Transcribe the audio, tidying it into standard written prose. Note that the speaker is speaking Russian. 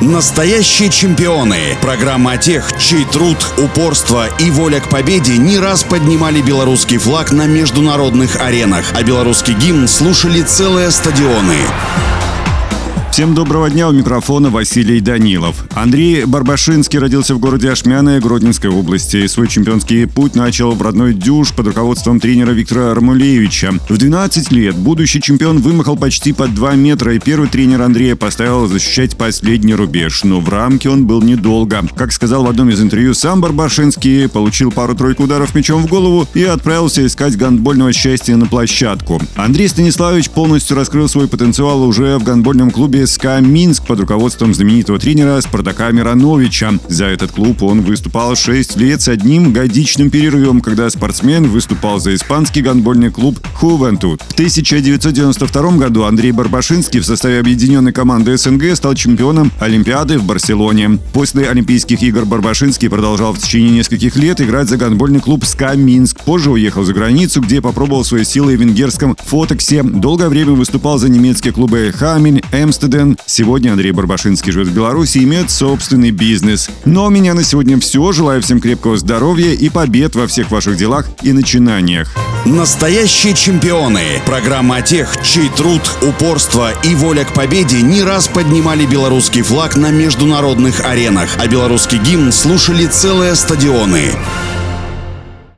Настоящие чемпионы. Программа о тех, чей труд, упорство и воля к победе не раз поднимали белорусский флаг на международных аренах, а белорусский гимн слушали целые стадионы. Всем доброго дня, у микрофона Василий Данилов. Андрей Барбашинский родился в городе Ашмяное Гродненской области. Свой чемпионский путь начал в родной Дюж под руководством тренера Виктора Армулевича. В 12 лет будущий чемпион вымахал почти под 2 метра, и первый тренер Андрея поставил защищать последний рубеж. Но в рамке он был недолго. Как сказал в одном из интервью сам Барбашинский, получил пару-тройку ударов мячом в голову и отправился искать гандбольного счастья на площадку. Андрей Станиславович полностью раскрыл свой потенциал уже в гандбольном клубе СК «Минск» под руководством знаменитого тренера Спартака Мироновича. За этот клуб он выступал 6 лет с одним годичным перерывом, когда спортсмен выступал за испанский гандбольный клуб «Хувентуд». В 1992 году Андрей Барбашинский в составе объединенной команды СНГ стал чемпионом Олимпиады в Барселоне. После Олимпийских игр Барбашинский продолжал в течение нескольких лет играть за гандбольный клуб СК «Минск». Позже уехал за границу, где попробовал свои силы в венгерском «Фотексе». Долгое время выступал за немецкие клубы «Хамель», «Эмстеден». Сегодня Андрей Барбашинский живет в Беларуси и имеет собственный бизнес. Но у меня на сегодня все. Желаю всем крепкого здоровья и побед во всех ваших делах и начинаниях. Настоящие чемпионы. Программа о тех, чей труд, упорство и воля к победе не раз поднимали белорусский флаг на международных аренах, а белорусский гимн слушали целые стадионы.